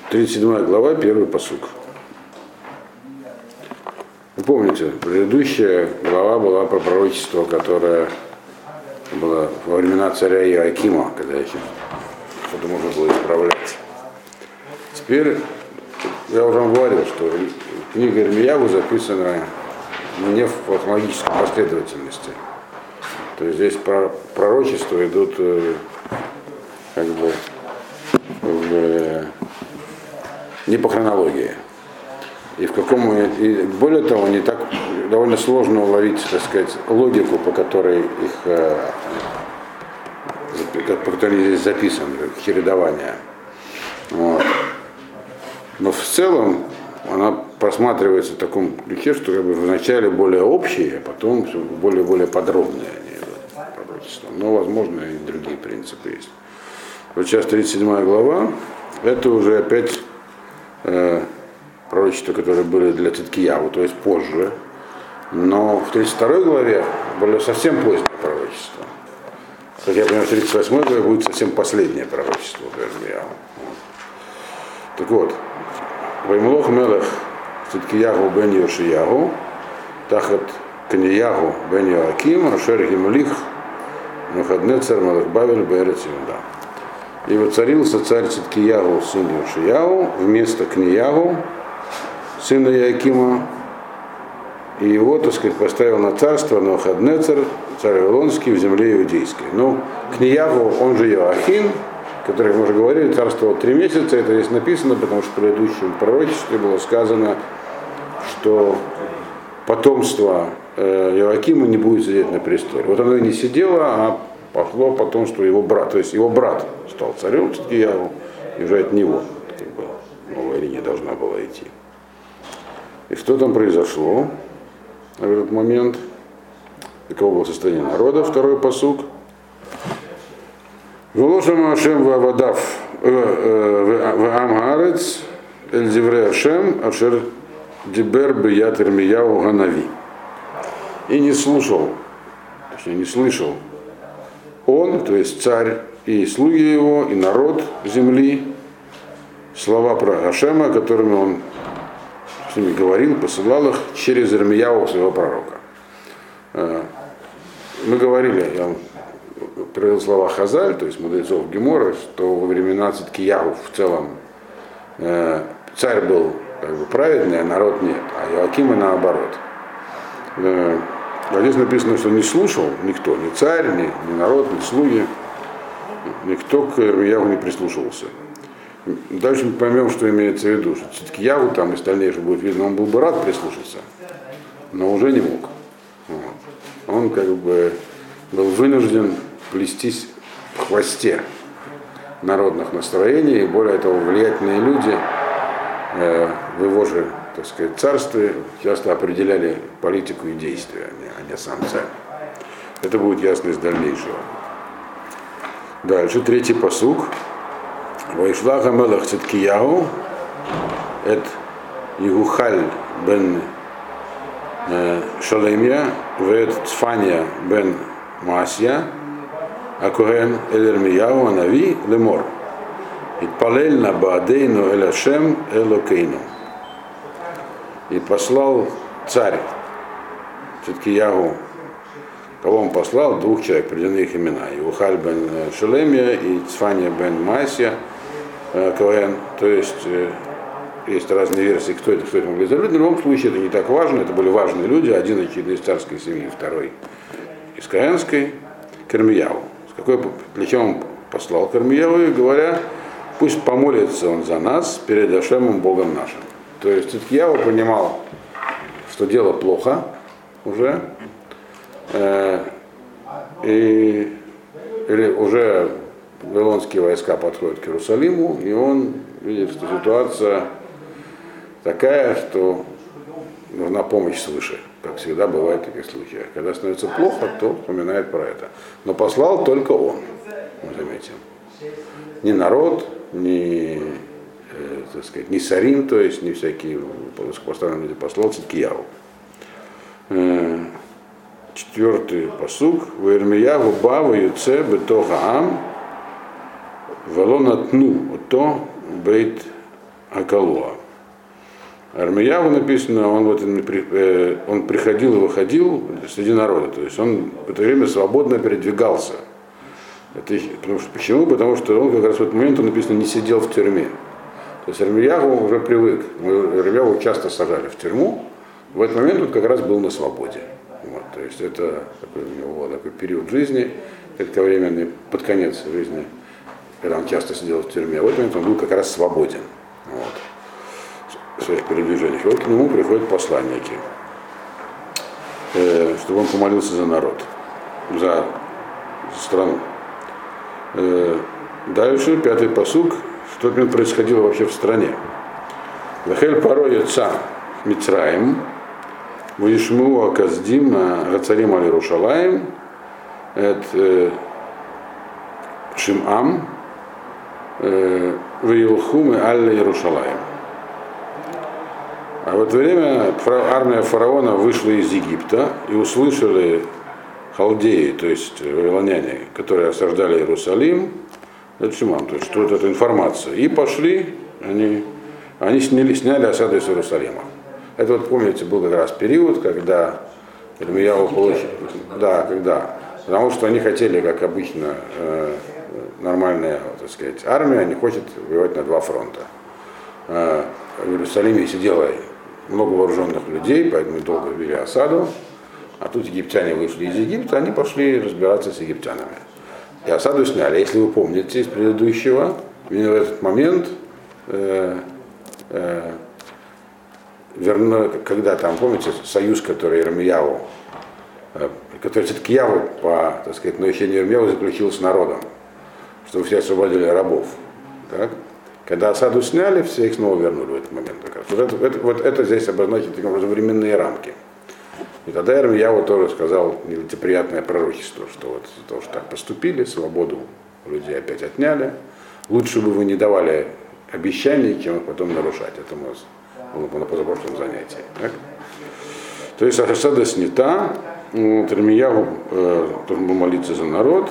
37 глава, первый пасук. Вы помните, предыдущая глава была про пророчество, которое было во времена царя Иоакима, когда еще что-то можно было исправлять. Теперь я уже вам говорил, что книга Ирмиягу записана не в хронологической последовательности. То есть здесь пророчества идут как бы не по хронологии. И более того, не так довольно сложно уловить, так сказать, логику, по которой здесь записано, чередование. Вот. Но в целом она просматривается в таком ключе, что как бы вначале более общие, а потом все более подробные они идут, пророчества. Но, возможно, и другие принципы есть. Вот сейчас 37 глава, это уже опять пророчества, которые были для Циткиягу, то есть позже. Но в 32 главе было совсем позднее пророчество. Как я понимаю, в 38 главе будет совсем последнее пророчество для Ирмиягу. Так вот, Ваймлох Мелех Циткиягу бен Йошиягу, Тахат Книягу бен Йоаким, Ашер Гимлих, Навуходоносор Мелех Бавель беэрец Иуда. И воцарился царь Циткиягу, сын Йошиягу, вместо Книягу, сына Иоакима, и его, так сказать, поставил на царство Навуходоносор, царь Вавилонский, в земле иудейской. Ну, Книягу, он же Иоахин, который, мы уже говорили, царствовал 3 месяца, это здесь написано, потому что в предыдущем пророчестве было сказано, что потомство Иоакима не будет сидеть на престоле. Вот оно и не сидело, а пошло потом, что его брат, то есть его брат стал царем Циткиягу, и уже от него как бы новая линия должна была идти. И что там произошло в этот момент? Каково было состояние народа, второй пасук. Волошам Ашем Вавадав в Амгарец Эльдивре Ашем Ашер Дибер Бият Ирмияу Ганави. И не слышал он, то есть царь, и слуги его, и народ земли, слова про Ашема, которыми он с ними говорил, посылал их через Ирмияу, своего пророка. Мы говорили, я вам привел слова Хазаль, то есть мудрецов Гемора, что во времена Циткиягу в целом царь был как бы праведный, а народ нет, а Иоакима наоборот. Здесь написано, что не слушал никто, ни царь, ни народ, ни слуги, никто к Ирмиягу не прислушивался. Дальше мы поймем, что имеется в виду, что Циткиягу, там из дальнейшего будет видно, он был бы рад прислушаться, но уже не мог. Вот. Он как бы был вынужден плестись в хвосте народных настроений, и более того, влиятельные люди в его же, так сказать, царстве часто определяли политику и действия, а не сам царь. Это будет ясно из дальнейшего. Дальше, 3 пасук. Вайшлаха Мелех Циткиягу, эт Егухаль бен Шалемия, вет Цфания бен Маасия, Акуген эль Ирмияу Анави лемор. Итпалель на Баадейну эль Ашем элокейну. И послал царь Циткиягу, кого он послал, 2 человек, приведены их имена, Егухаль бен Шалемия и Цфания бен Маасия, Коэн, то есть есть разные версии, кто это могли сделать. В любом случае это не так важно, это были важные люди, один, очевидно, из царской семьи, второй из Коэнской, к Ирмиягу. Для чего он послал к Ирмиягу, говоря, пусть помолится он за нас перед Ашемом, Богом нашим. То есть Циткиягу понимал, что дело плохо уже, или уже вавилонские войска подходят к Иерусалиму, и он видит, что ситуация такая, что нужна помощь свыше, как всегда бывает в таких случаях. Когда становится плохо, то вспоминает про это. Но послал только он, мы заметим. Ни народ, ни, так сказать, ни сарим, то есть не всякие высокопоставленные люди, послал Циткиягу. 4 пасук. Ваирмиягу бава юце бетоха ам велонатну ото бейт Акалуа. Армияву написано, он приходил и выходил среди народа, то есть он в это время свободно передвигался. Почему? Потому что он как раз в этот момент, он написано, не сидел в тюрьме. То есть Армияву уже привык. Армияву часто сажали в тюрьму. В этот момент он как раз был на свободе. Вот, то есть это такой, у него был такой период жизни, кратковременный, под конец жизни, когда он часто сидел в тюрьме. В этот момент он был как раз свободен. Вот, в своих передвижениях. И вот к нему приходят посланники, чтобы он помолился за народ, за страну. Дальше, 5-й пасук, что происходило вообще в стране. Вахель паро яца Мицраим, Вишму Аказдим Гацарим Али Рушалаим, Шимам, Вилхум и Алли Иерушалаим. А в это время армия фараона вышла из Египта и услышали халдеи, то есть вавилоняне, которые осаждали Иерусалим, это Шимам, то есть что это информация. И пошли, они сняли осаду из Иерусалима. Это вот, помните, был как раз период, когда Ирмияу получил, потому что они хотели, как обычно, нормальная, так сказать, армия, не хочет воевать на два фронта. В Иерусалиме сидело много вооруженных людей, поэтому долго вели осаду. А тут египтяне вышли из Египта, они пошли разбираться с египтянами. И осаду сняли. Если вы помните из предыдущего, именно в этот момент, когда там, помните, союз, который Ирмияу, который Циткияву по, так сказать, наущению Ирмияу заключил с народом, чтобы все освободили рабов. Так? Когда осаду сняли, все их снова вернули в этот момент. Вот это здесь обозначит таким образом временные рамки. И тогда Ирмияу тоже сказал нелицеприятное пророчество, что вот за то, что так поступили, свободу людей опять отняли. Лучше бы вы не давали обещаний, чем их потом нарушать. Это было на позапрошлом занятии. Так? То есть осада снята, Ирмияу должен был молиться за народ.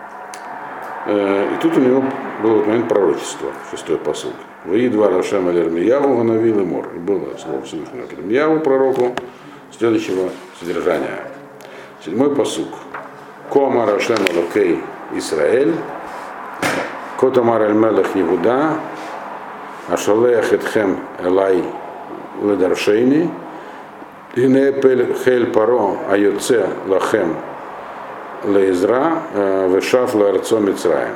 И тут у него был вот момент пророчества, 6-й пасук. Воидва Рашем аль Ирмияу ванавил и мор. И было слово Всевышнего к Ирмияу, пророку, следующего содержания. 7-й пасук. Коама Рашем алокей Исраэль, Котамар аль Мелех Иуда, Ашалех этхем элай ледаршейни, Инепель хель паро айоце лахем леизра, вешав ларцо Мицраим.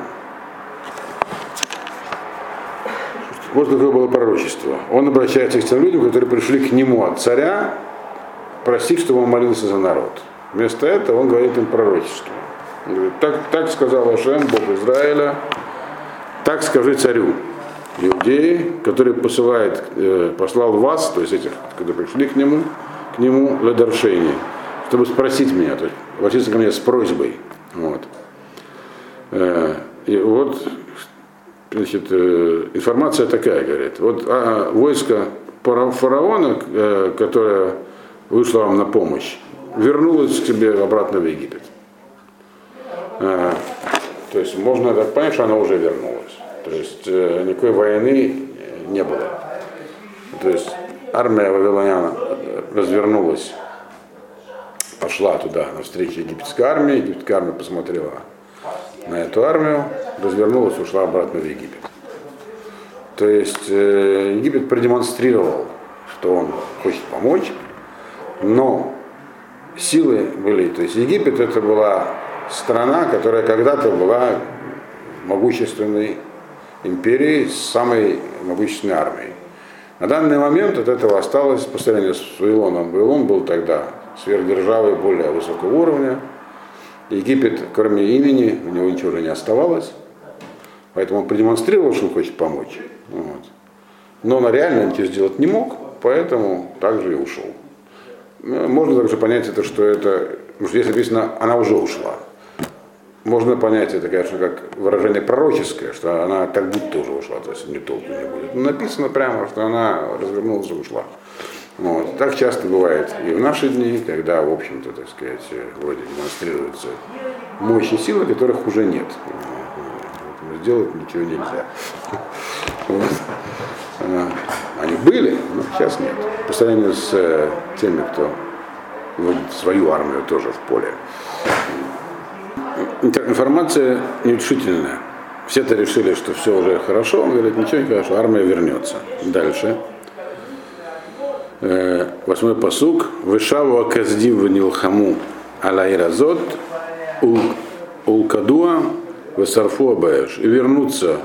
Вот какое было пророчество. Он обращается к тем людям, которые пришли к нему от царя, просить, чтобы он молился за народ. Вместо этого он говорит им пророчество. Он говорит, так сказал Ашем, Бог Израиля, так скажи царю Иудеи, который послал вас, то есть этих, которые пришли к нему ледаршейни, чтобы спросить меня, то есть обратиться ко мне с просьбой. Вот. И вот, значит, информация такая, говорит, вот войско фараона, которое вышло вам на помощь, вернулось к себе обратно в Египет. То есть можно так понять, что она уже вернулась. То есть никакой войны не было. То есть армия вавилонян развернулась, пошла туда навстречу египетской армии. Египетская армия посмотрела на эту армию, развернулась, ушла обратно в Египет. То есть Египет продемонстрировал, что он хочет помочь, но силы были. То есть Египет это была страна, которая когда-то была могущественной империей с самой могущественной армией. На данный момент от этого осталось, по сравнению с Вавилоном, Вавилон был тогда сверхдержавой более высокого уровня. Египет, кроме имени, у него ничего уже не оставалось. Поэтому он продемонстрировал, что он хочет помочь. Вот. Но он реально ничего сделать не мог, поэтому также и ушел. Можно также понять это, что это, потому что здесь написано, она уже ушла. Можно понять это, конечно, как выражение пророческое, что она как будто уже ушла, то есть не толку не будет. Но написано прямо, что она развернулась и ушла. Вот. Так часто бывает и в наши дни, когда, в общем-то, так сказать, вроде демонстрируются мощи силы, которых уже нет. Сделать ничего нельзя. Вот. нас нет. По сравнению с теми, кто вводит свою армию тоже в поле. Информация неутешительная. Все-то решили, что все уже хорошо. Он говорит, ничего не хорошо, армия вернется. Дальше. 8 пасук. Вышаву аказдим ванилхаму алайразот улкадуа васарфу абаэш. И вернутся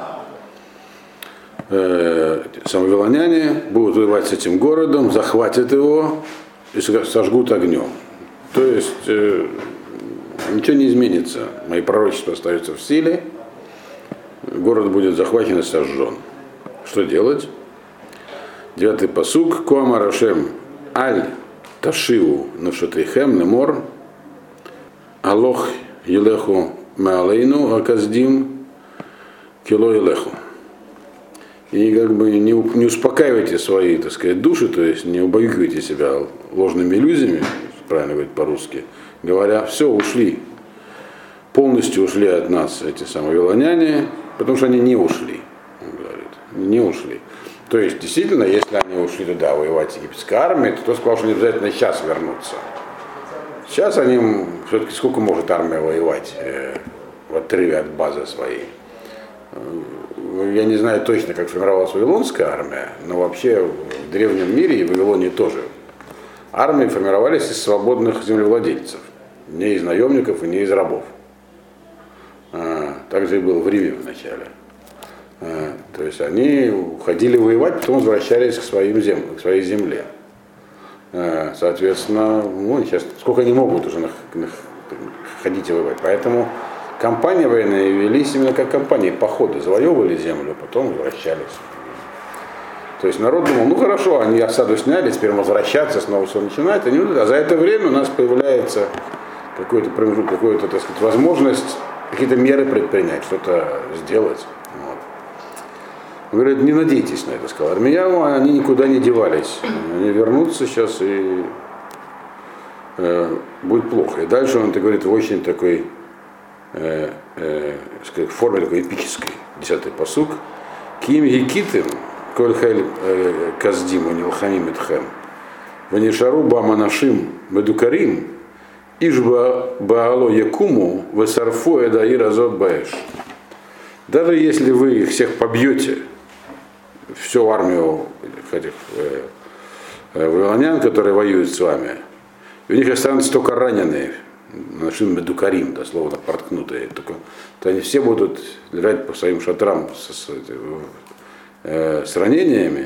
самовилоняне, будут воевать с этим городом, захватят его и сожгут огнем. То есть ничего не изменится. Мои пророчества остаются в силе. Город будет захвачен и сожжен. Что делать? 9 пасук. Коама Рашем аль ташиу нашатейхем немор алох елеху маалейну аказдим кило елеху. И как бы не успокаивайте свои, так сказать, души, то есть не убаюкивайте себя ложными иллюзиями, правильно говорить по-русски, говоря, все, ушли, полностью ушли от нас эти самые вавилоняне, потому что они не ушли, он говорит, не ушли. То есть, действительно, если они ушли туда воевать с египетской армией, то кто сказал, что не обязательно сейчас вернуться. Сейчас они, все-таки сколько может армия воевать в отрыве от базы своей? Я не знаю точно, как формировалась вавилонская армия, но вообще в древнем мире и в Вавилоне тоже армии формировались из свободных землевладельцев, не из наемников и не из рабов. Так же и было в Риме вначале. То есть они уходили воевать, потом возвращались к своим землям, к своей земле. Соответственно, сейчас сколько они могут уже ходить и воевать. Поэтому кампании военные велись именно как кампании, походы, завоевывали землю, потом возвращались. То есть народ думал, ну хорошо, они осаду сняли, теперь возвращаться, снова все начинает, а за это время у нас появляется какой-то промежуток, какая-то, так сказать, возможность какие-то меры предпринять, что-то сделать. Вот. Он говорит, не надейтесь на это, сказал Ирмияу, они никуда не девались, они вернутся сейчас и будет плохо. И дальше он это говорит в очень такой в форме такой эпической. 10 пасук. Ким гикитым, коль хель каздиму нилхамим итхэм, ванишару баманашим медукарим, ишба баало якуму, васарфу эдаир азот баэш. Даже если вы их всех побьете, всю армию этих вавилонян, которые воюют с вами, у них останутся только раненые, нашим медукарим, дословно проткнутые, только, то они все будут лежать по своим шатрам с ранениями,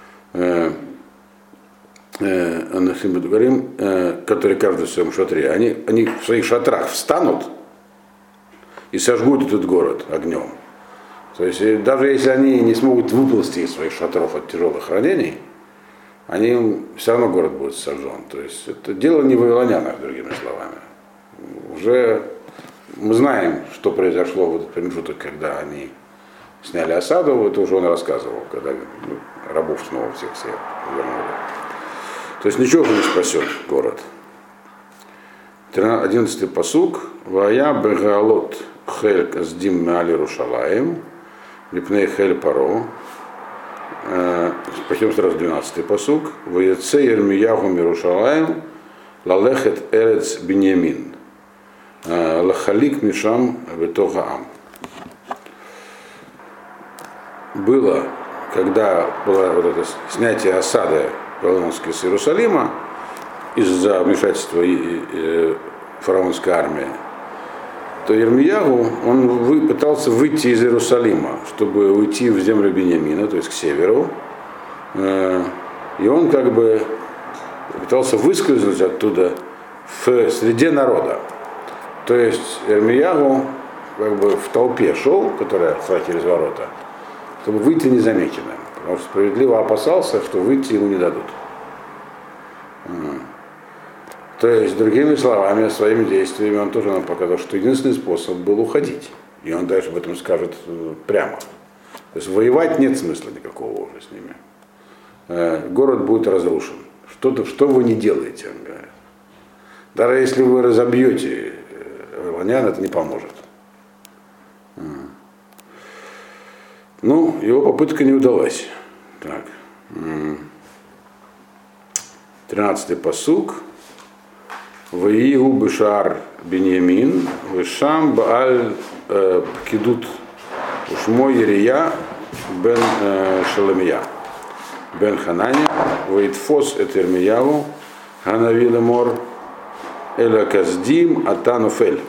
нашим медукарим, которые каждый в своем шатре, они в своих шатрах встанут и сожгут этот город огнем. То есть даже если они не смогут выползти из своих шатров от тяжелых ранений, все равно город будет сожжен. То есть это дело не в вавилонянах, другими словами. Уже мы знаем, что произошло в этот промежуток, когда они сняли осаду, это уже он рассказывал, когда рабов снова всех вернули. То есть ничего не спасет город. 11 пасук. Вая бегалот хель каздим мали рушалаем, липней хель паро. Пойдем сразу 12 пасук. Ваяце Ирмияху мирушалаем лалехет эрец биньямин. Лахалик мишам бетогаам. Было, когда было вот это снятие осады Вавилонской с Иерусалима из-за вмешательства фараонской армии, то Ирмиягу, он пытался выйти из Иерусалима, чтобы уйти в землю Биньямина, то есть к северу. И он как бы пытался выскользнуть оттуда в среде народа. То есть Ирмиягу как бы в толпе шел, которая шла через ворота, чтобы выйти незамеченным. Потому что справедливо опасался, что выйти ему не дадут. То есть, другими словами, своими действиями он тоже нам показал, что единственный способ был уходить. И он дальше об этом скажет прямо. То есть воевать нет смысла никакого уже с ними. Город будет разрушен. Что вы не делаете, он говорит. Даже если вы разобьете вавилонян, это не поможет. Ну, его попытка не удалась. Так. 13-й пасук. Ваигу бешар Беньямин, вешам бааль пкидут ушмо Ерия бен Шелемия, бен Хананя, ваитфос эт Ирмияву, Ханави лемор, эля каздим атануфель.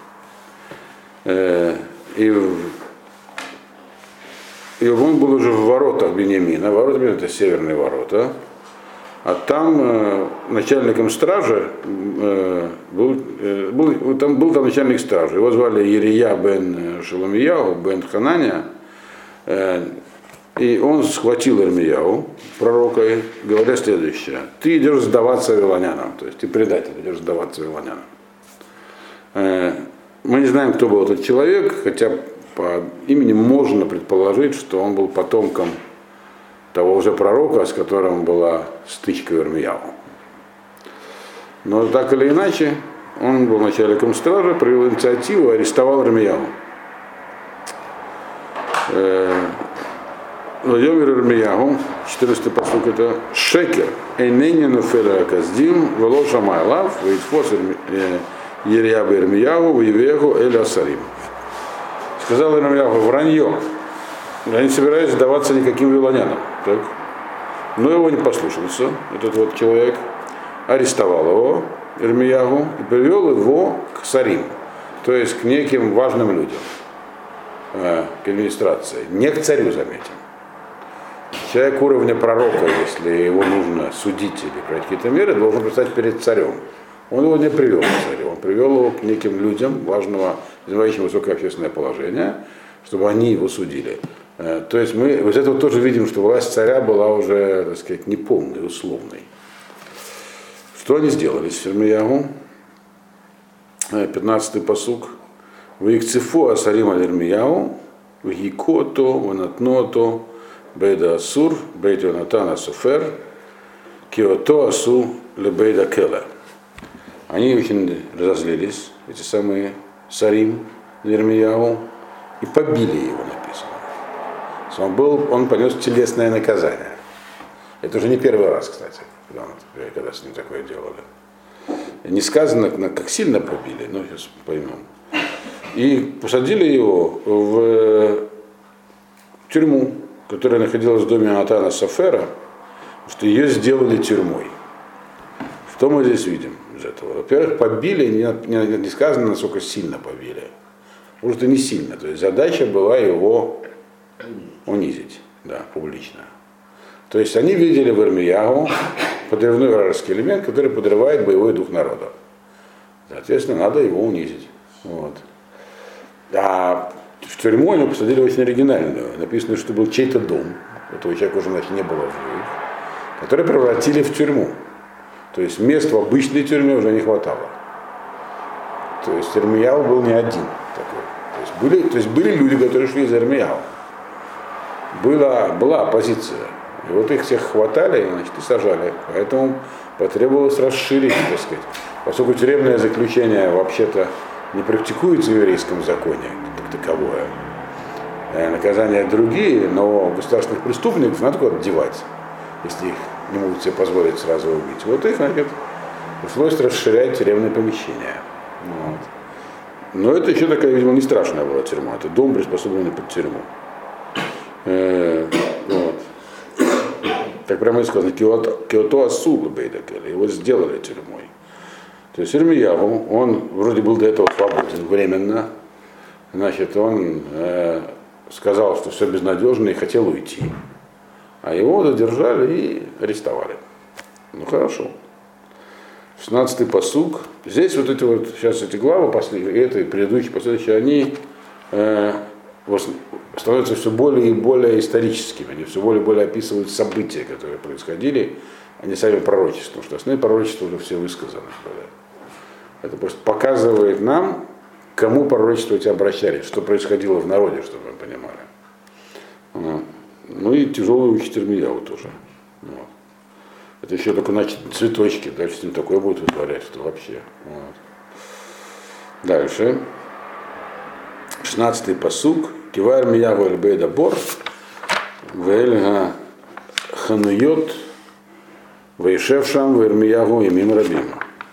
И он был уже в воротах Беньямина. Ворота Беньямина — это северные ворота. А там начальником стражи был начальник стражи. Его звали Ерия бен Шелемияу, бен Хананя. И он схватил Ирмияу, пророка, говоря следующее: ты идешь сдаваться вавилонянам, то есть ты предатель, идешь сдаваться вавилонянам. Мы не знаем, кто был этот человек, хотя по имени можно предположить, что он был потомком того уже пророка, с которым была стычка в Ирмияу. Но так или иначе, он был начальником стражи, провел инициативу, арестовал Ирмияу. Владимир Ирмияу, 14-й пасук, это шекер, эйнени нуфеля каздим, вело шамай лав, вейтфос Ерия бен Ирмияу, вевеху эль асарим. Сказал Ирмияу: вранье. Я не собираюсь сдаваться никаким вавилонянам. Так. Но его не послушался, этот вот человек, арестовал его, Ирмиягу, и привел его к сарим, то есть к неким важным людям, к администрации, не к царю, заметим. Человек уровня пророка, если его нужно судить или принять какие-то меры, должен предстать перед царем. Он его не привел к царю, он привел его к неким людям, важного, занимающим высокое общественное положение, чтобы они его судили. То есть мы из этого тоже видим, что власть царя была уже, так сказать, неполной, условной. Что они сделали с Ирмиягу? 15-й пасук. Ваикцифу асарим аль Ирмияу, вгикото, ванатното, бейда асур, бейда натана суфер, киото асу лебейда кела. Они очень разозлились, эти самые сарим Ирмияу, и побили его, написано. Он понес телесное наказание. Это уже не первый раз, кстати, когда с ним такое делали. Не сказано, как сильно побили, но сейчас поймем. И посадили его в тюрьму, которая находилась в доме Натана Софера, что ее сделали тюрьмой. Что мы здесь видим из этого? Во-первых, побили, не сказано, насколько сильно побили. Может, и не сильно. То есть задача была его унизить, да, публично. То есть они видели в Ирмиягу подрывной вражеский элемент, который подрывает боевой дух народа. Соответственно, надо его унизить. Вот. А в тюрьму его посадили очень оригинальную. Написано, что был чей-то дом, этого человека уже не было в живых, который превратили в тюрьму. То есть мест в обычной тюрьме уже не хватало. То есть Ирмияу был не один такой. То есть были люди, которые шли за Ирмияу. Была оппозиция. И вот их всех хватали, значит, и сажали. Поэтому потребовалось расширить, так сказать. Поскольку тюремное заключение вообще-то не практикуется в еврейском законе, как таковое. Наказания другие, но государственных преступников надо куда-то девать, если их не могут себе позволить сразу убить. Вот их, значит, пришлось расширять тюремное помещение. Вот. Но это еще такая, видимо, не страшная была тюрьма. Это дом, приспособленный под тюрьму. Вот. Так прямо и сказано, киото асула бейдакеля, его сделали тюрьмой. То есть Ирмиягу, он вроде был до этого свободен временно, значит, он сказал, что все безнадежно и хотел уйти. А его задержали и арестовали. Ну хорошо. 16-й пасук. Здесь вот эти вот, сейчас эти главы, это и предыдущие, последующие, они становятся все более и более историческими. Они все более и более описывают события, которые происходили, а не сами пророчества. Потому что основные пророчества уже все высказаны. Это просто показывает нам, к кому пророчества эти обращались, что происходило в народе, чтобы мы понимали. Ну и тяжелый учитель Ирмияу тоже. Вот. Это еще только значит цветочки, дальше с ним такое будет вытворять, что вообще. Вот. Дальше. 16-й пасук. Кива Ирмияу эль-бейда бор, вэльга хануйот Ваишев Шам, Ирмиягу и Мим Рабим.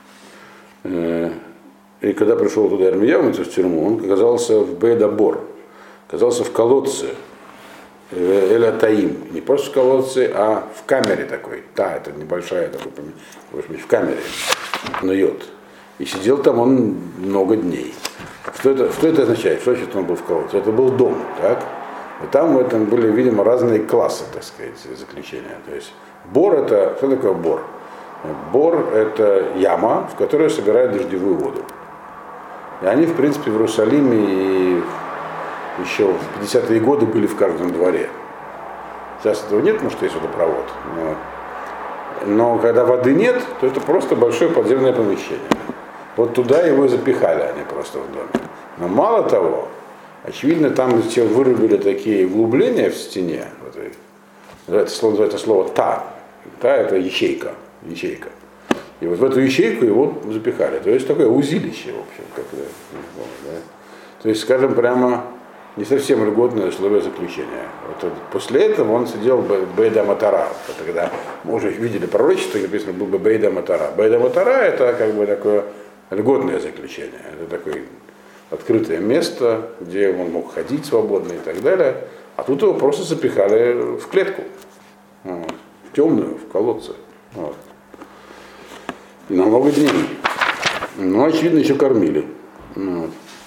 И когда пришел туда Ирмиягу, в тюрьму, он оказался в Бейдабор, оказался в колодце, Эля Таим. Не просто в колодце, а в камере такой. Да, это небольшая, такой, в камере, нует. И сидел там он много дней. Что это означает? Что значит он был в колодце? Это был дом, так? И там в этом были, видимо, разные классы, так сказать, заключения. То есть бор это, что такое бор? Бор это яма, в которой собирают дождевую воду. И они, в принципе, в Иерусалиме и еще в 50-е годы были в каждом дворе. Сейчас этого нет, потому что есть водопровод. Но когда воды нет, то это просто большое подземное помещение. Вот туда его и запихали они просто в доме. Но мало того, очевидно, там все вырубили такие углубления в стене. Это слово та. Та это ячейка. И вот в эту ячейку его запихали. То есть такое узилище, в общем. Да? То есть, скажем, прямо не совсем льготное условие заключения. Вот после этого он сидел в Бейда Матара. Когда мы уже видели пророчество, написано был бы Бейда Матара. Бейда Матара это как бы такое льготное заключение. Это такое открытое место, где он мог ходить свободно и так далее. А тут его просто запихали в клетку. Вот, в темную, в колодце. Вот. И на много дней. Ну, очевидно, еще кормили. Вот.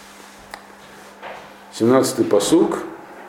17-й пасук,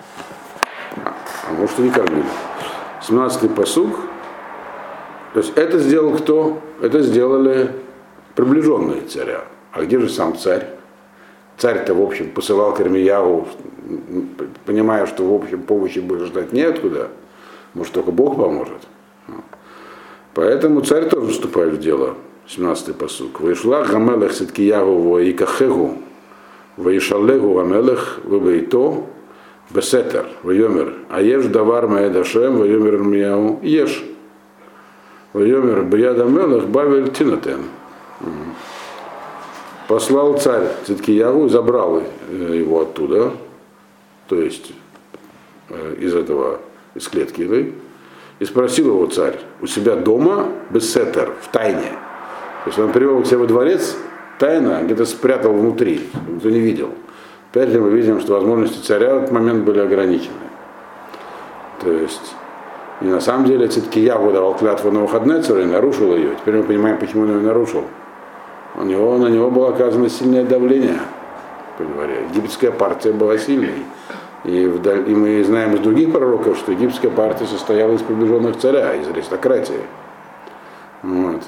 а может и не кормили. 17-й пасук, то есть это сделал кто? Это сделали приближенные царя. А где же сам царь? Царь-то, в общем, посылал к Ирмиягу, понимая, что, в общем, помощи больше ждать неоткуда. Может, только Бог поможет. Поэтому царь тоже вступает в дело. 17-й пасук. Вышла Гамелех Ситкиягу в Икахегу. Ваишалегу Гамелех Вабейто Бесетер Вайомер. Аеш Давар Маэдашем Вайомер Ирмиягу Еш. Вайомер Бияд Амелех Бавель Тинатен. Послал царь Циткиягу, забрал его оттуда, то есть из клетки этой, и спросил его царь у себя дома бессетер, в тайне. То есть он привел к себе во дворец тайно, где-то спрятал внутри, никто не видел. Опять же мы видим, что возможности царя в этот момент были ограничены. То есть, и на самом деле Циткиягу давал клятву на Навуходоносору и нарушил ее. Теперь мы понимаем, почему он ее нарушил. На него было оказано сильное давление по дворе. Египетская партия была сильной. И мы знаем из других пророков, что египетская партия состояла из приближенных царя, из аристократии. Вот.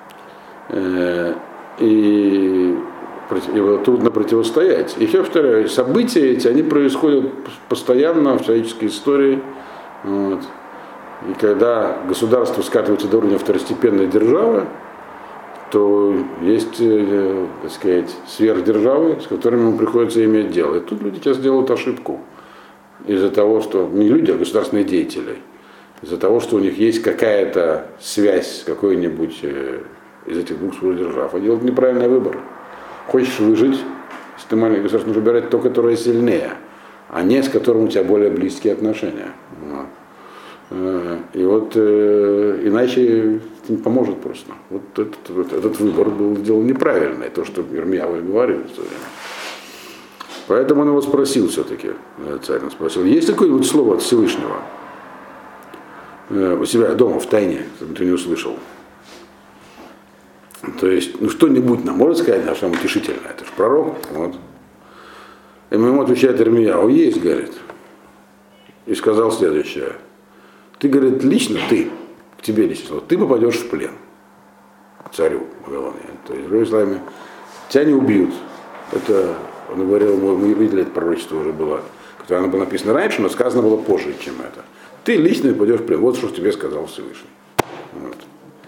И его трудно противостоять. И я повторяю, события эти, они происходят постоянно в человеческой истории. Вот. И когда государство скатывается до уровня второстепенной державы, то есть, так сказать, сверхдержавы, с которыми ему приходится иметь дело. И тут люди сейчас делают ошибку. Из-за того, что не люди, а государственные деятели. Из-за того, что у них есть какая-то связь с какой-нибудь из этих двух сверхдержав. А делают неправильный выбор. Хочешь выжить, если ты маленькое государство, нужно выбирать то, которое сильнее, а не с которым у тебя более близкие отношения. И вот иначе не поможет просто. Вот этот выбор был сделан неправильный, то, что Ирмиягу говорил в свое время. Поэтому он его спросил все-таки, царь, он спросил, есть какое-нибудь слово от Всевышнего у себя дома, в тайне, чтобы ты не услышал? То есть, что-нибудь нам может сказать, на что утешительное, это же пророк. Вот. И ему отвечает Ирмиягу, есть, говорит. И сказал следующее. Ты, говорит, лично, к тебе лично, ты попадешь в плен царю Вавилоне. То есть в Иерусалиме тебя не убьют. Это, он говорил, мы видели, это пророчество уже было, которое оно было написано раньше, но сказано было позже, чем это. Ты лично попадешь в плен. Вот что тебе сказал Всевышний. Вот.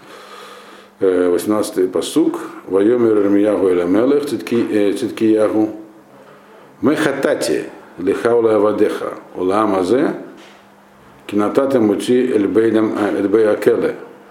18-й пасук. Вайомер Ирмиягу эль Амелех Циткиягу. Мехатати лихаула авадеха улам азе кинатата мути эльбей акеле.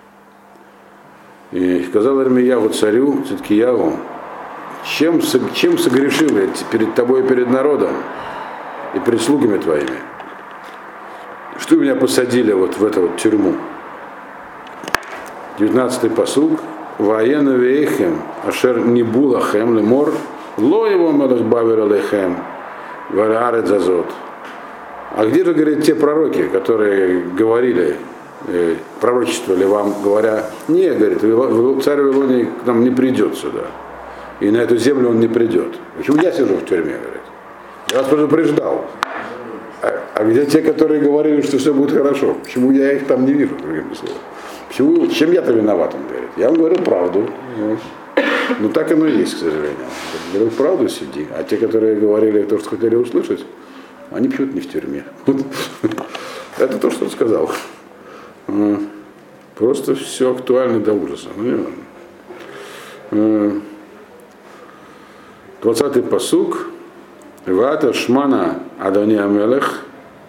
И сказал Ирмиягу царю Циткиягу, чем согрешил я перед тобой и перед народом и перед слугами твоими, что меня посадили вот в эту вот тюрьму. 19-й пасук. Ваена вейхем, ашер нибулахем лемор, ло его мелах бавер алейхем, вараарет зазот. А где же, говорит, те пророки, которые говорили, пророчествовали вам, говоря, не, говорит, царь Вавилонии к нам не придет сюда, и на эту землю он не придет. Почему я сижу в тюрьме, говорит? Я вас предупреждал. А где те, которые говорили, что все будет хорошо? Почему я их там не вижу, другими словами? Почему, чем я-то виноват, он говорит? Я вам говорю правду. Ну так оно и есть, к сожалению. Говорю правду, сиди. А те, которые говорили то, что хотели услышать, они почему-то не в тюрьме. Это то, что он сказал. Просто все актуально до ужаса. 20-й пасук. Ваата шмана Адони Амелех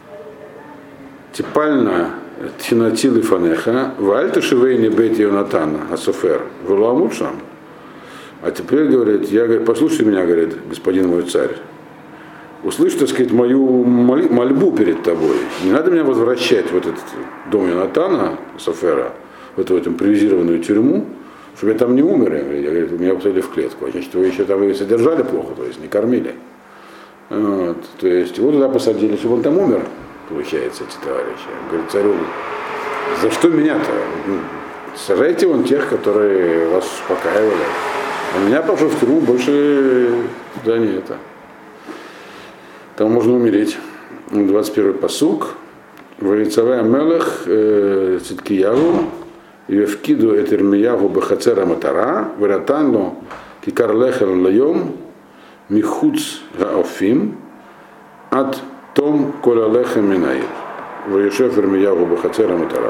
Типальна Тхинатил и Фанеха Вальта Шивейни Бейти Йонатана Асофер Вуламушам. А теперь, говорит, послушай меня, говорит, господин мой царь, услышь, так сказать, мою мольбу перед тобой. Не надо меня возвращать в этот дом Йонатана Асофера, в эту импровизированную тюрьму, чтобы я там не умер. Я говорю, меня посадили в клетку. Значит, вы еще там и содержали плохо, то есть не кормили. Вот, то есть его туда посадили, чтобы он там умер, получается, эти товарищи. Говорит, царю, за что меня-то? Сажайте вон тех, которые вас успокаивали. А меня, пошел в тюрьму, больше да не это. Там можно умереть. 21-й пасук. Ваицавая Мелех Циткиягу Евкиду Этермиягу Бахацера Матара Варатанло Кикарлехер Лайом Михуц Гаофим от Том Колалеха Минаир. Ваешеф Ирмиягу Бахацера Матара.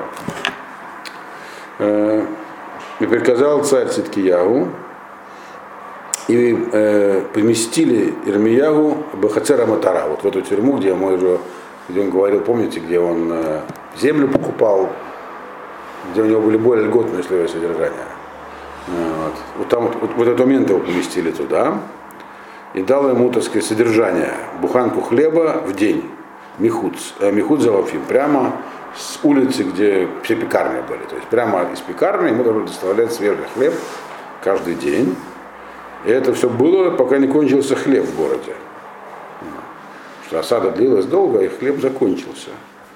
И приказал царь Циткиягу, и поместили Ирмиягу Бахацера Матара, вот в эту тюрьму, где он говорил, помните, где он землю покупал, где у него были более льготные условия содержания. Вот там вот в этот момент его поместили туда. И дал ему, так сказать, содержание, буханку хлеба в день, михуц залофим, прямо с улицы, где все пекарни были. То есть прямо из пекарни ему должны доставлять свежий хлеб каждый день. И это все было, пока не кончился хлеб в городе. Что осада длилась долго, и хлеб закончился.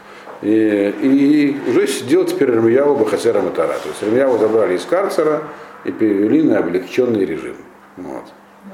И уже сидел теперь Ирмиягу Бахацера Матара. То есть Ирмиягу забрали из карцера и перевели на облегченный режим. Вот.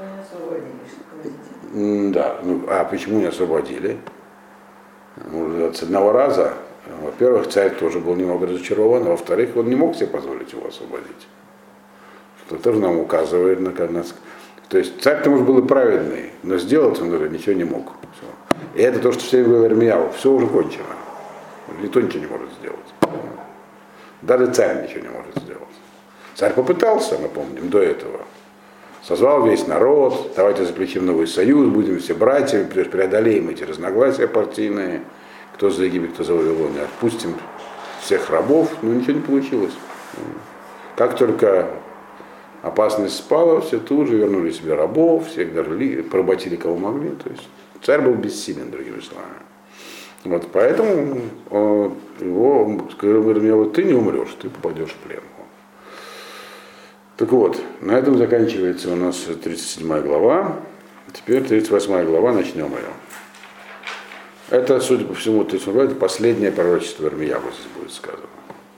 Да, а почему не освободили? С одного раза, во-первых, царь тоже был немного разочарован, а во-вторых, он не мог себе позволить его освободить. Что тоже нам указывает на нас. То есть царь-то, может, был и праведный, но сделать он уже ничего не мог. Все. И это то, что все время говорил Ирмиягу, все уже кончено. Никто ничего не может сделать. Даже царь ничего не может сделать. Царь попытался, мы помним, до этого. Созвал весь народ, давайте заключим новый союз, будем все братьями, преодолеем эти разногласия партийные, кто за Египет, кто за Вавилон, отпустим всех рабов, но ничего не получилось. Как только опасность спала, все тут же вернули себе рабов, всех даже поработили кого могли, то есть царь был бессилен, другими словами. Вот поэтому его сказали, мне вот ты не умрешь, ты попадешь в плен. Так вот, на этом заканчивается у нас 37 глава. Теперь 38 глава, начнем ее. Это, судя по всему, 38 глава, это последнее пророчество Ирмиягу здесь будет сказано.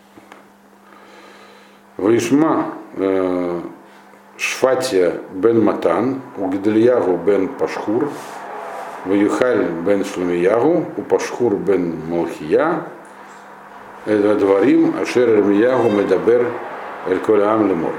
Ваишма Шфатия бен Матан, Угдальягу бен Пашхур, Ваюхаль бен Шлумиягу, Упашхур бен Малхия, Эдварим, Ашер Ирмиягу Медабер Эль-Колям Лемор.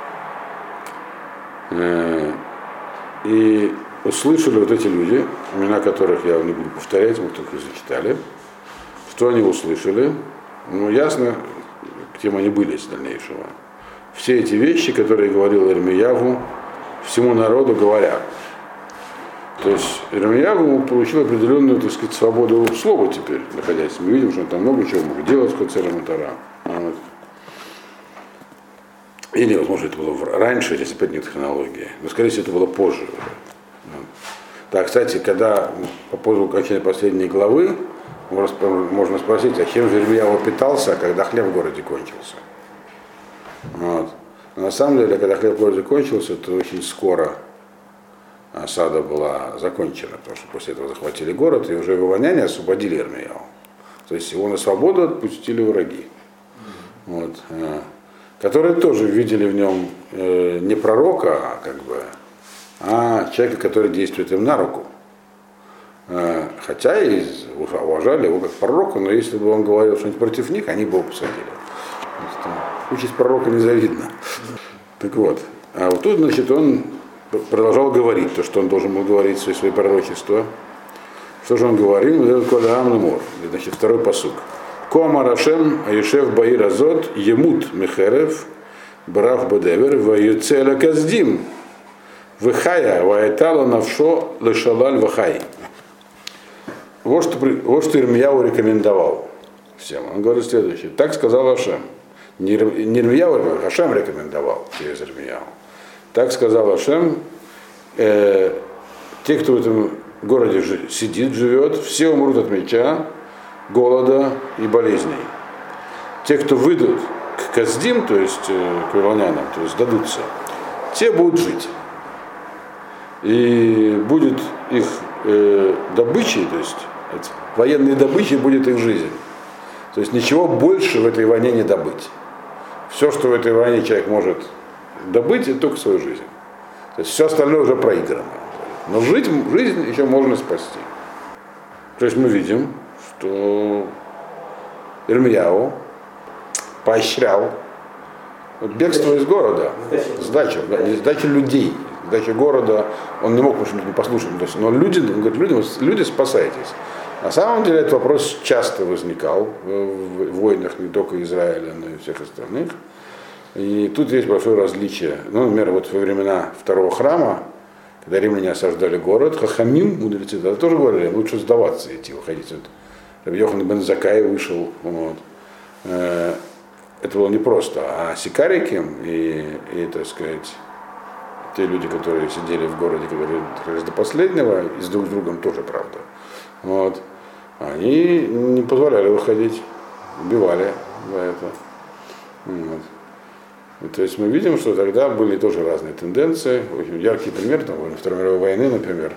И услышали вот эти люди, имена которых я не буду повторять, мы только зачитали, что они услышали, ну ясно, кем они были с дальнейшего. Все эти вещи, которые говорил Ирмиягу, всему народу говоря. То есть Ирмиягу получил определенную, так сказать, свободу слова теперь, находясь. Мы видим, что он там много чего мог делать с царем Матара. Вот. Или, возможно, это было раньше, если опять нет хронологии. Но, скорее всего, это было позже. Так, кстати, когда по поводу окончания последней главы, можно спросить, а чем же Ирмиягу питался, когда хлеб в городе кончился? Вот. Но на самом деле, когда хлеб закончился, то очень скоро осада была закончена, потому что после этого захватили город, и уже в Вавилоняне освободили Ирмияу. То есть его на свободу отпустили враги. Вот. Которые тоже видели в нем не пророка, а человека, который действует им на руку. Хотя и уважали его как пророка, но если бы он говорил что-нибудь против них, они бы его посадили. Участь пророка незавидна. Так вот. А вот тут, значит, он продолжал говорить то, что он должен был говорить, свои пророчества. Что же он говорил? Значит, второй пасук. Коама Рашем Аишев Баир Азот Емут Мехерев Брав Бедевер Ваюцеля Каздим Вехая Ваэтала Навшо Лешалаль Вахай. Вот что Ирмияу рекомендовал всем. Он говорит следующее. Так сказал Ашем. Не Ирмияу, а Ашем рекомендовал через Ирмияу. Так сказал Ашем. Те, кто в этом городе сидит, живет, все умрут от меча, голода и болезней. Те, кто выйдут к Каздим, то есть к вавилонянам, то есть сдадутся, те будут жить. И будет их добычей, то есть военной добычей будет их жизнь. То есть ничего больше в этой войне не добыть. Все, что в этой войне человек может добыть, это только свою жизнь. То есть все остальное уже проиграно. Но жизнь еще можно спасти. То есть мы видим, что Ирмияу поощрял бегство из города, сдачу людей, сдачу города. Он не мог, потому что не послушать. Но люди, он говорит, люди спасайтесь. На самом деле этот вопрос часто возникал в войнах не только Израиля, но и всех остальных. И тут есть большое различие. Ну, например, вот во времена второго храма, когда римляне осаждали город, хахамим, мудрецы, тогда тоже говорили, лучше сдаваться, идти, уходить. Вот, Раби Йохан бен Заккай вышел. Вот. Это было непросто. А сикарики и, так сказать, те люди, которые сидели в городе, которые находились до последнего, и с друг с другом тоже, правда, вот, они не позволяли выходить, убивали за это. Вот. То есть мы видим, что тогда были тоже разные тенденции. Очень яркий пример, там, во время Второй мировой войны, например,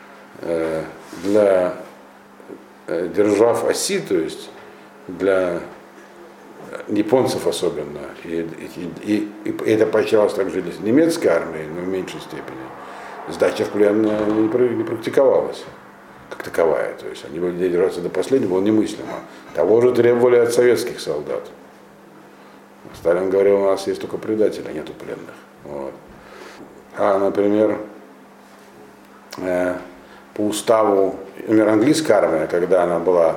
для держав оси, то есть для японцев особенно, и это поощрялось также немецкой армией, но в меньшей степени, сдача в плен не практиковалась как таковая. То есть они были держаться до последнего, было немыслимо. Того же требовали от советских солдат. Сталин говорил, у нас есть только предатели, а нету пленных. Вот. А, например, по уставу, например, английская армия, когда она была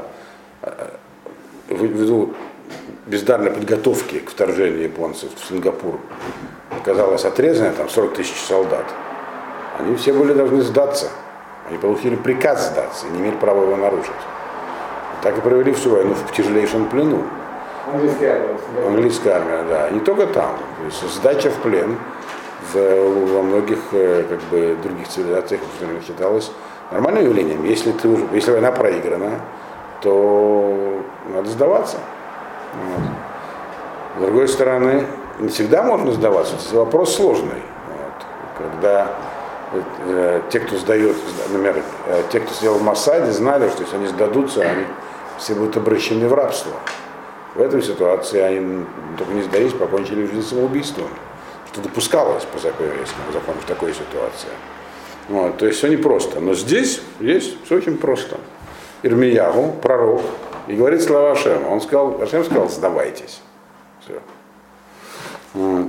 ввиду бездарной подготовки к вторжению японцев в Сингапур, оказалась отрезана, там 40 тысяч солдат, они все были должны сдаться. Они получили приказ сдаться и не имели права его нарушить. Так и провели всю войну в тяжелейшем плену. Английская армия, да. Не только там. То есть сдача в плен во многих других цивилизациях считалось нормальным явлением. Если война проиграна, то надо сдаваться. Вот. С другой стороны, не всегда можно сдаваться. Это вопрос сложный. Вот. Когда те, кто сдает, например, те, кто сидел в Моссаде, знали, что если они сдадутся, они все будут обращены в рабство. В этой ситуации они только не сдались, покончили жизнь самоубийством, что допускалось по еврейскому закону в такой ситуации. Вот, то есть все непросто. Но здесь есть все очень просто. Ирмияу, пророк, и говорит слова Ашема. Ашем сказал, сдавайтесь. Все. Вот.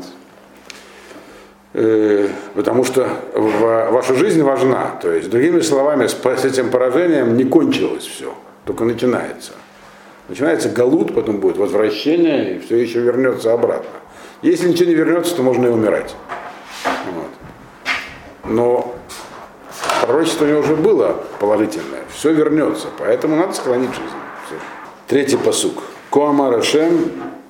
Потому что ваша жизнь важна. То есть, другими словами, с этим поражением не кончилось все, только начинается. Начинается галут, потом будет возвращение, и все еще вернется обратно. Если ничего не вернется, то можно и умирать. Вот. Но пророчество у него уже было положительное. Все вернется, поэтому надо сохранить жизнь. Все. Третий пасук. Коама Рашем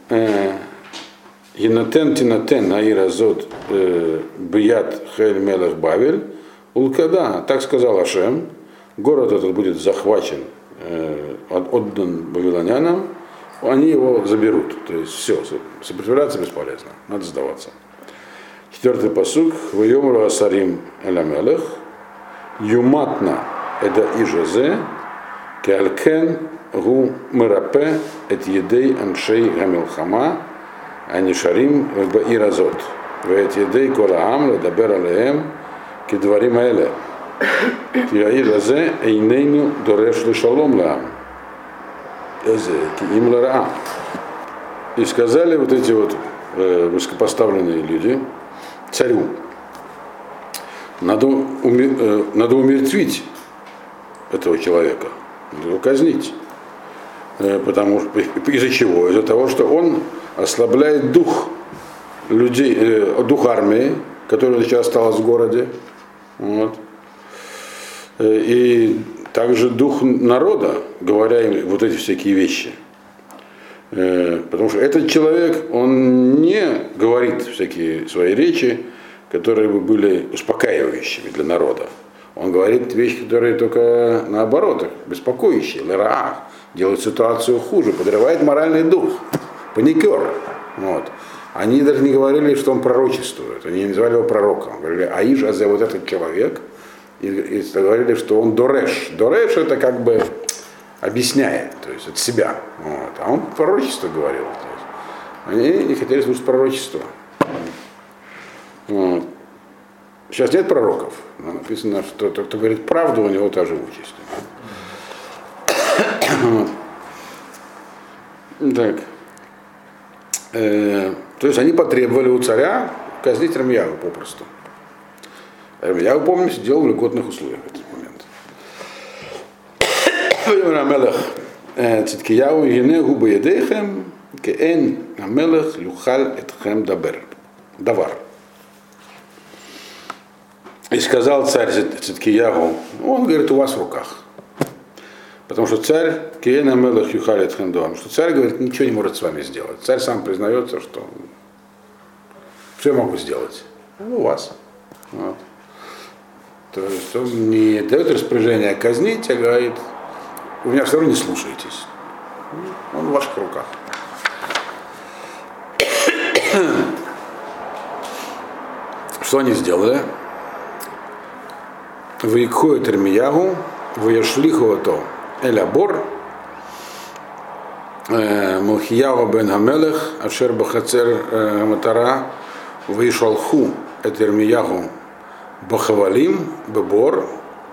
Йинатен Тинатен Аир Азот Бият Хель Мелех Бавель Улкада. Так сказал Ашем. Город этот будет захвачен, отдан вавилонянам, они его заберут. То есть все, сопротивляться бесполезно, надо сдаваться. 4-й пасук. Вайомру асарим эль амелех, юматна эда ижазе, кеалькен гу мерапе эт едей аншей гамилхама, анишарим баир азот. ואת ידי כל העם לדבר עליהם כדברים האלה. כי העיר הזה איננו דורש לשלום לעם. כי им лара. И сказали вот эти вот высокопоставленные люди царю, надо умертвить этого человека, надо его казнить. Потому что, из-за чего? Из-за того, что он ослабляет дух людей, дух армии, которая сейчас осталась в городе, вот. И также дух народа, говоря им вот эти всякие вещи. Потому что этот человек, он не говорит всякие свои речи, которые бы были успокаивающими для народа. Он говорит вещи, которые только наоборот, беспокоящие, лера, делают ситуацию хуже, подрывает моральный дух, паникер. Вот. Они даже не говорили, что он пророчествует, они не называли его пророком. Говорили, Аиш Азе, вот этот человек, и говорили, что он дореш. Дореш это как бы объясняет, то есть от себя. Вот. А он пророчество говорил. То есть. Они не хотели слушать пророчество. Вот. Сейчас нет пророков. Но написано, что тот, кто говорит правду, у него та же участь. Так. То есть они потребовали у царя казнить Ирмиягу попросту. Ирмиягу, помню, сидел в льготных условиях в этот момент. Амелех Циткияу гинегу баедейхем кеэн амелех юхаль этхем давар. И сказал царь Циткиягу, он говорит, у вас в руках. Потому что царь, Киена Мелах Юхалит Хендуам, что царь говорит, ничего не может с вами сделать. Царь сам признается, что я могу сделать? У вас. Вот. То есть он не дает распоряжение казнить, а говорит, вы меня все равно не слушаетесь. Он в ваших руках. Что они сделали? Ваикхует Ирмиягу, ваяшлихуато Эль-Абор, Малхияу бен Хамелех, Ашер Бахацер Матара, Ваишалху эт Ирмиягу Бахавалим, Бебор,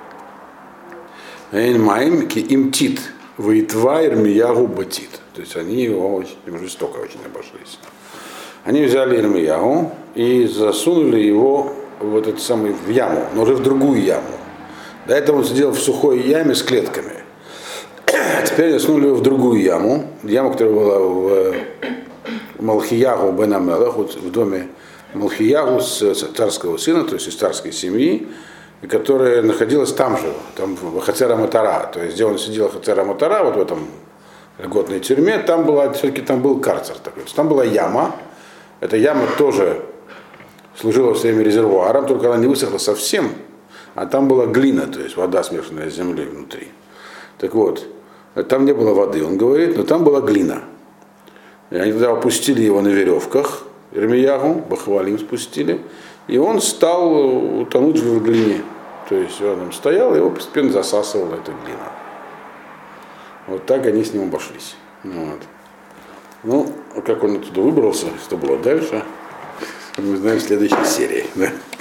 Эйнмаим, ки имтит, Ваитва Ирмиягу Батит. То есть они его очень жестоко очень обошлись. Они взяли Ирмиягу и засунули его в этот самый в яму, но уже в другую яму. До этого он сидел в сухой яме с клетками. Теперь засунули его в другую яму, которая была в Малхиягу бен Амелех, вот в доме Малхиягу с царского сына, то есть из царской семьи, которая находилась там же, там в Хацера Матара, то есть где он сидел в Хацера Матара, вот в этом льготной тюрьме, там была, все-таки там был карцер такой, там была яма, эта яма тоже служила все время резервуаром, только она не высохла совсем, а там была глина, то есть вода, смешанная с землей внутри. Так вот, там не было воды, он говорит, но там была глина. И они тогда опустили его на веревках, Ирмиягу, Бахвалим спустили, и он стал утонуть в глине. То есть он там стоял, и его постепенно засасывала эта глина. Вот так они с ним обошлись. Вот. Ну, как он оттуда выбрался, что было дальше, мы знаем в следующей серии. Да?